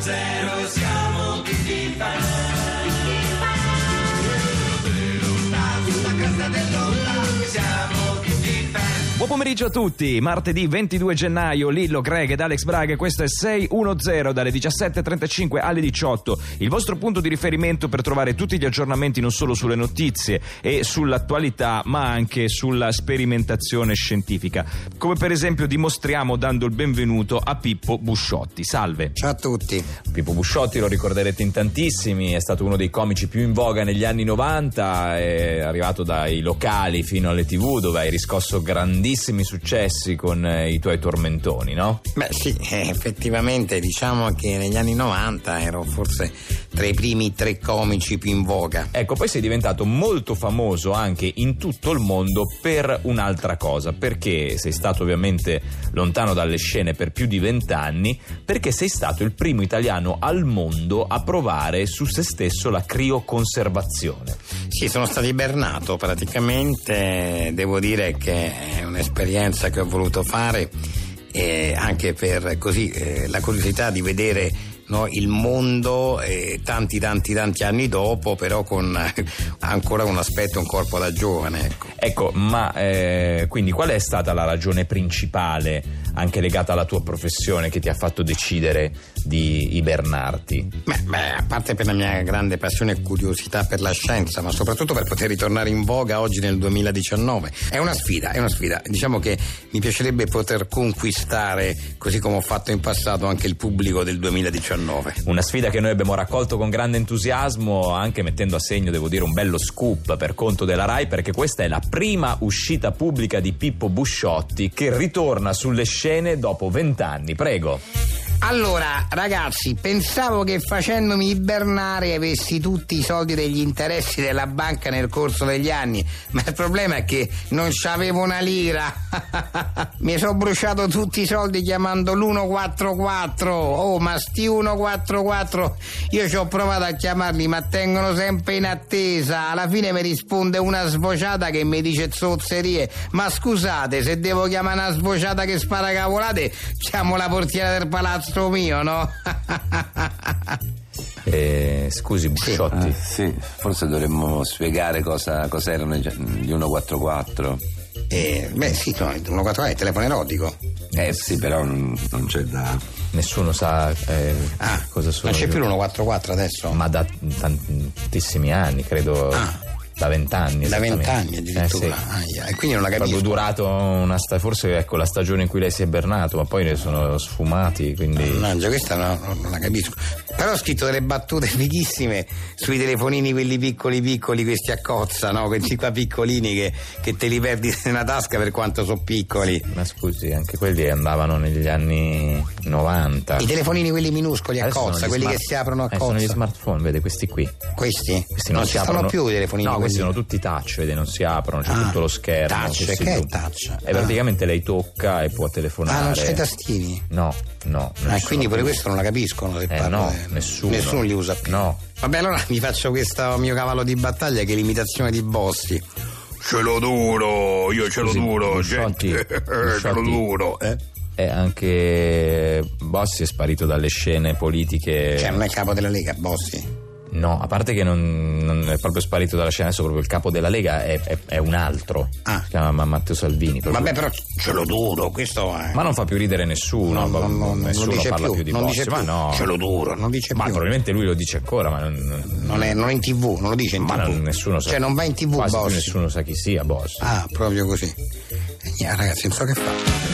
1-0 siamo tutti fan. Sulla cresta dell'onda siamo tutti fan. Buon pomeriggio a tutti, martedì 22 gennaio, Lillo, Greg ed Alex Braga, questo è 610 dalle 17.35 alle 18, il vostro punto di riferimento per trovare tutti gli aggiornamenti non solo sulle notizie e sull'attualità, ma anche sulla sperimentazione scientifica, come per esempio dimostriamo dando il benvenuto a Pippo Busciotti. Salve. Ciao a tutti. Pippo Busciotti lo ricorderete in tantissimi, è stato uno dei comici più in voga negli anni 90, è arrivato dai locali fino alle TV, dove hai riscosso grandissimi successi con i tuoi tormentoni, no? Beh sì, effettivamente diciamo che negli anni 90 ero forse tra i primi 3 comici più in voga. Ecco, poi sei diventato molto famoso anche in tutto il mondo per un'altra cosa, perché sei stato ovviamente lontano dalle scene per più di 20 anni, perché sei stato il primo italiano al mondo a provare su se stesso la crioconservazione. Sì, sono stato ibernato praticamente, devo dire che è un'esperienza che ho voluto fare anche per così la curiosità di vedere, no, il mondo tanti anni dopo, però con ancora un aspetto, un corpo da giovane. Ecco, ma quindi qual è stata la ragione principale, anche legata alla tua professione, che ti ha fatto decidere di ibernarti? Beh, a parte per la mia grande passione e curiosità per la scienza, ma soprattutto per poter ritornare in voga oggi nel 2019. È una sfida. Diciamo che mi piacerebbe poter conquistare, così come ho fatto in passato, anche il pubblico del 2019. Una sfida che noi abbiamo raccolto con grande entusiasmo, anche mettendo a segno, devo dire, un bello scoop per conto della Rai, perché questa è la prima uscita pubblica di Pippo Busciotti, che ritorna sulle scene dopo 20 anni. Prego. Allora, ragazzi, pensavo che facendomi ibernare avessi tutti i soldi degli interessi della banca nel corso degli anni, ma il problema è che non c'avevo una lira. Mi sono bruciato tutti i soldi chiamando l'144. Oh, ma sti 144, io ci ho provato a chiamarli, ma tengono sempre in attesa. Alla fine mi risponde una svociata che mi dice zozzerie. Ma scusate, se devo chiamare una svociata che spara cavolate, chiamo la portiera del palazzo mio, no? Scusi Busciotti. Sì, forse dovremmo spiegare cosa erano gli 144. Beh sì, no, il 144 è il telefono erotico. Sì, però non c'è da... Nessuno sa cosa sono. Non c'è più l'144 adesso? Ma da tantissimi anni, credo. Da 20 anni. Da 20 anni addirittura. Sì. E quindi non la capisco. È proprio durato forse, ecco, la stagione in cui lei si è ibernato, ma poi ne sono sfumati, quindi. Mannaggia, questa non la capisco. Però ho scritto delle battute fighissime sui telefonini, quelli piccoli, questi a cozza, no? Questi qua piccolini che te li perdi nella tasca per quanto sono piccoli. Ma scusi, anche quelli andavano negli anni 90. I telefonini quelli minuscoli a cozza, quelli che si aprono a cozza. Sono gli smartphone, vede, questi qui. Questi non si aprono più i telefonini. No, questi sono tutti touch, vede, non si aprono, c'è tutto lo schermo. Touch, che è touch? E praticamente lei tocca e può telefonare. Non c'è i tastini? No. Quindi pure questo non la capiscono, se parlo. No, nessuno li usa più. No. Vabbè, allora mi faccio questo mio cavallo di battaglia, che è l'imitazione di Bossi. Ce l'ho duro, io ce l'ho duro, Busciotti, gente. Ce l'ho duro, E anche Bossi è sparito dalle scene politiche. Cioè, non è il capo della Lega, Bossi? No, a parte che non è proprio sparito dalla scena, adesso proprio il capo della Lega è un altro. Si chiama Matteo Salvini. Vabbè, però ce l'ho duro, questo è. Ma non fa più ridere nessuno. Nessuno parla più di Bossi. Ma no. Ce l'ho duro, non dice più. Ma probabilmente lui lo dice ancora, ma non è in TV, non lo dice in TV. Ma nessuno sa. Cioè, non va in TV quasi Bossi. Nessuno sa chi sia Bossi. Proprio così. Ragazzi, non so che fa.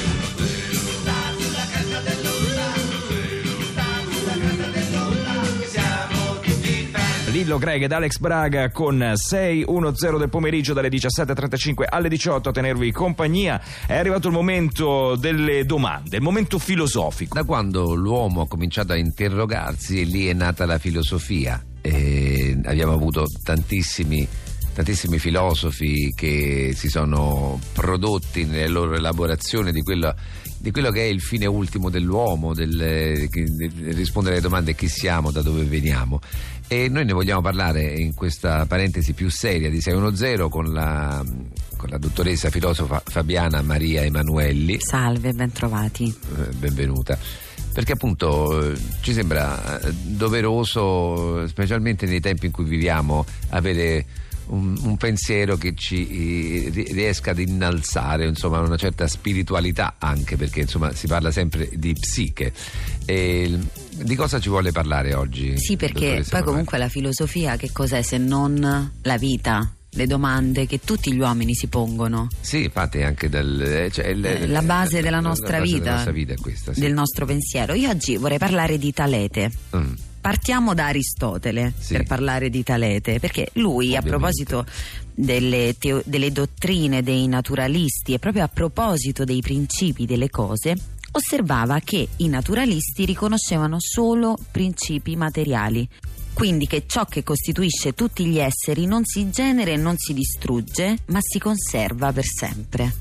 Lillo, Greg ed Alex Braga con 610 del pomeriggio dalle 17.35 alle 18 a tenervi compagnia. È arrivato il momento delle domande, il momento filosofico. Da quando l'uomo ha cominciato a interrogarsi, lì è nata la filosofia. Abbiamo avuto tantissimi filosofi che si sono prodotti nelle loro elaborazioni di quello che è il fine ultimo dell'uomo, rispondere alle domande: chi siamo, da dove veniamo. E noi ne vogliamo parlare in questa parentesi più seria di 610 con la dottoressa filosofa Fabiana Maria Emanuelli. Salve, ben trovati. Benvenuta. perché appunto ci sembra doveroso, specialmente nei tempi in cui viviamo, avere un pensiero che ci riesca ad innalzare, insomma, una certa spiritualità, anche perché insomma si parla sempre di psiche. Di cosa ci vuole parlare oggi? Sì, perché poi comunque la filosofia che cos'è se non la vita? Le domande che tutti gli uomini si pongono. Sì, infatti anche la base della nostra vita è questa, sì. Del nostro pensiero. Io oggi vorrei parlare di Talete. Partiamo da Aristotele, sì, per parlare di Talete, perché lui, ovviamente, a proposito delle dottrine dei naturalisti e proprio a proposito dei principi delle cose, osservava che i naturalisti riconoscevano solo principi materiali, quindi che ciò che costituisce tutti gli esseri non si genera e non si distrugge, ma si conserva per sempre.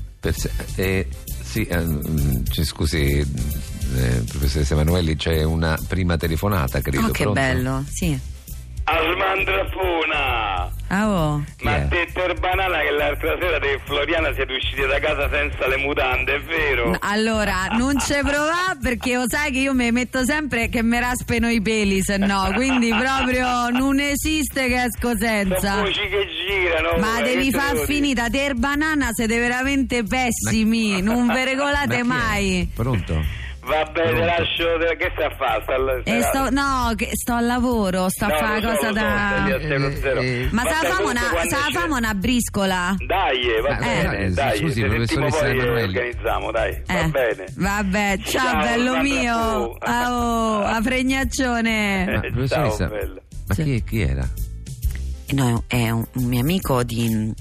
Scusi, professoressa Emanuelli, c'è una prima telefonata, credo. Oh, che pronto? bello, sì. Asmandrafona! Ma te Banana che l'altra sera te e Floriana siete usciti da casa senza le mutande, è vero? Allora, non ci provà, perché lo sai che io mi metto sempre che mi raspeno i peli, se no, quindi proprio non esiste che esco senza. Sono voci che girano. Ma devi far finita, te Banana siete veramente pessimi, non ve regolate mai. Pronto? Va bene, lascio. Che stai a fare? Sto al lavoro, sto a fare cosa da. Ma se la famo una briscola? Dai, va bene, dai. Scusi, sentiamo poi Emanuelli. organizziamo, dai. Va bene. Vabbè, ciao bello mio. A fregnaccione. Professoressa, Ciao, bello. Ma chi era? No, è un mio amico di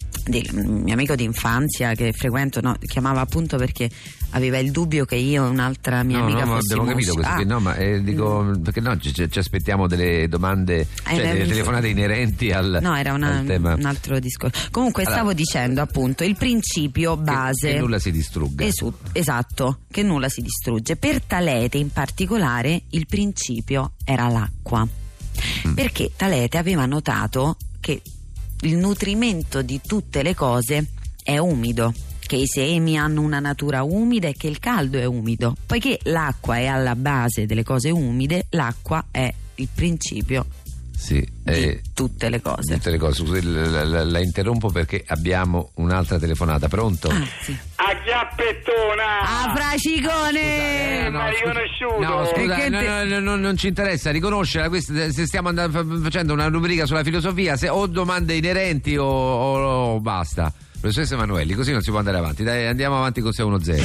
infanzia che frequento, chiamava appunto perché aveva il dubbio che io e un'altra mia amica fossimo. Abbiamo capito questo, dico, perché no, ci aspettiamo delle domande, delle telefonate inerenti al era al tema. Un altro discorso. Comunque stavo dicendo appunto il principio base che nulla si distrugga. Esatto, che nulla si distrugge. Per Talete in particolare il principio era l'acqua, perché Talete aveva notato che il nutrimento di tutte le cose è umido, che i semi hanno una natura umida e che il caldo è umido. Poiché l'acqua è alla base delle cose umide, l'acqua è il principio di tutte le cose. Scusi, la interrompo perché abbiamo un'altra telefonata. Pronto? Sì. A chiappettona! A fracicone! Ma riconosciuto! No, scusa, non ci interessa riconoscerla. Se stiamo facendo una rubrica sulla filosofia, o domande inerenti o basta. Professoressa Emanuelli, così non si può andare avanti. Dai, andiamo avanti con 610.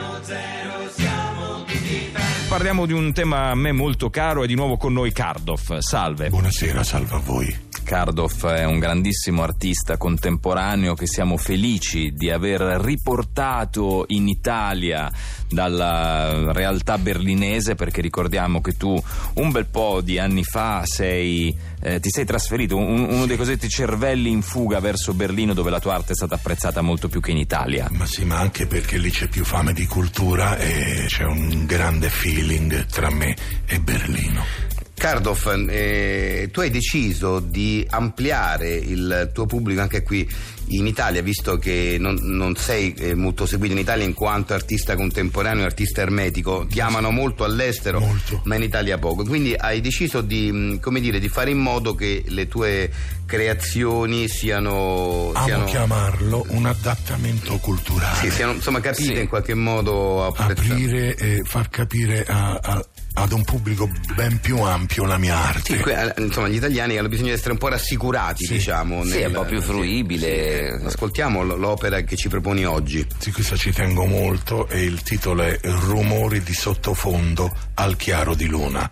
Parliamo di un tema a me molto caro e di nuovo con noi Kardoff. Salve. Buonasera, salve a voi. Kardoff è un grandissimo artista contemporaneo che siamo felici di aver riportato in Italia dalla realtà berlinese, perché ricordiamo che tu un bel po' di anni fa ti sei trasferito, uno dei cosiddetti cervelli in fuga verso Berlino, dove la tua arte è stata apprezzata molto più che in Italia. Ma sì, ma anche perché lì c'è più fame di cultura e c'è un grande feeling tra me e Berlino. Kardoff, tu hai deciso di ampliare il tuo pubblico anche qui in Italia, visto che non sei molto seguito in Italia in quanto artista contemporaneo, artista ermetico. Ti amano molto all'estero, molto, ma in Italia poco. Quindi hai deciso di fare in modo che le tue creazioni siano chiamarlo un adattamento culturale. Sì, siano insomma capite in qualche modo, aprire e far capire ad un pubblico ben più ampio la mia arte. Sì, insomma, gli italiani hanno bisogno di essere un po' rassicurati, diciamo. Sì, è un po' più fruibile. Ascoltiamo l'opera che ci proponi oggi. Sì, questa ci tengo molto e il titolo è Rumori di sottofondo al chiaro di luna.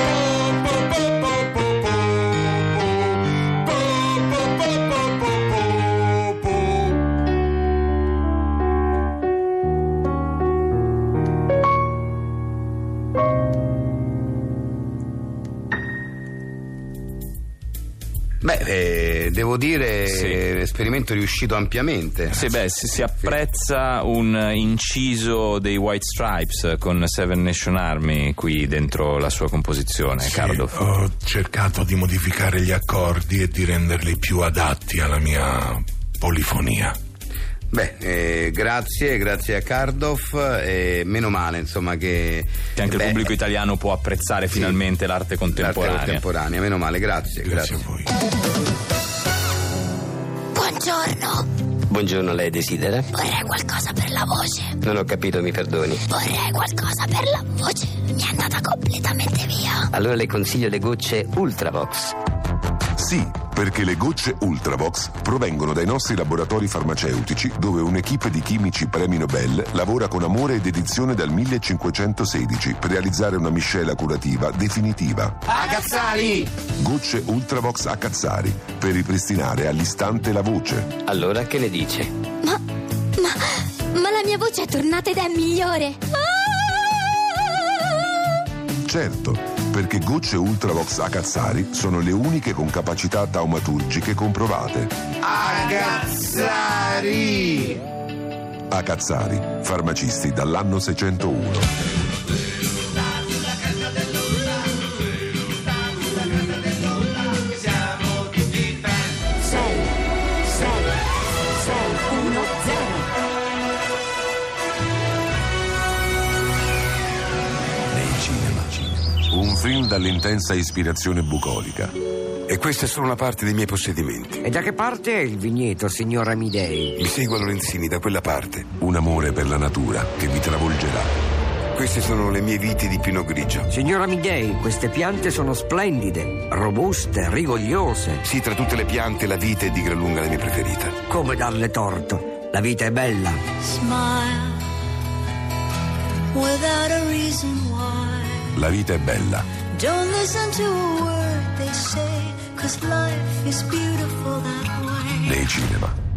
Devo dire, esperimento riuscito ampiamente. Si apprezza un inciso dei White Stripes con Seven Nation Army qui dentro la sua composizione, Kardoff. Ho cercato di modificare gli accordi e di renderli più adatti alla mia polifonia. Grazie a Cardoff, meno male insomma che anche il pubblico italiano può apprezzare finalmente l'arte contemporanea. L'arte contemporanea, meno male, grazie a voi. Buongiorno. Buongiorno, lei desidera? Vorrei qualcosa per la voce. Non ho capito, mi perdoni. Vorrei qualcosa per la voce. Mi è andata completamente via. Allora le consiglio le gocce Ultravox. Sì, perché le gocce Ultravox provengono dai nostri laboratori farmaceutici, dove un'equipe di chimici premi Nobel lavora con amore e dedizione dal 1516 per realizzare una miscela curativa definitiva. A Cazzari! Gocce Ultravox a Cazzari, per ripristinare all'istante la voce. Allora che ne dice? Ma la mia voce è tornata ed è migliore. Certo, perché gocce Ultravox a Cazzari sono le uniche con capacità taumaturgiche comprovate. A Cazzari! A Cazzari, farmacisti dall'anno 601. Un film dall'intensa ispirazione bucolica. E questa è solo una parte dei miei possedimenti. E da che parte è il vigneto, signor Amidei? Mi segua Lorenzini, da quella parte. Un amore per la natura che vi travolgerà. Queste sono le mie viti di pino grigio. Signor Amidei, queste piante sono splendide, robuste, rigogliose. Sì, tra tutte le piante la vite è di gran lunga la mia preferita. Come darle torto? La vita è bella. Smile without a reason why. La vita è bella. Don't listen to a word they say, 'cause life is beautiful that way. Nei cinema.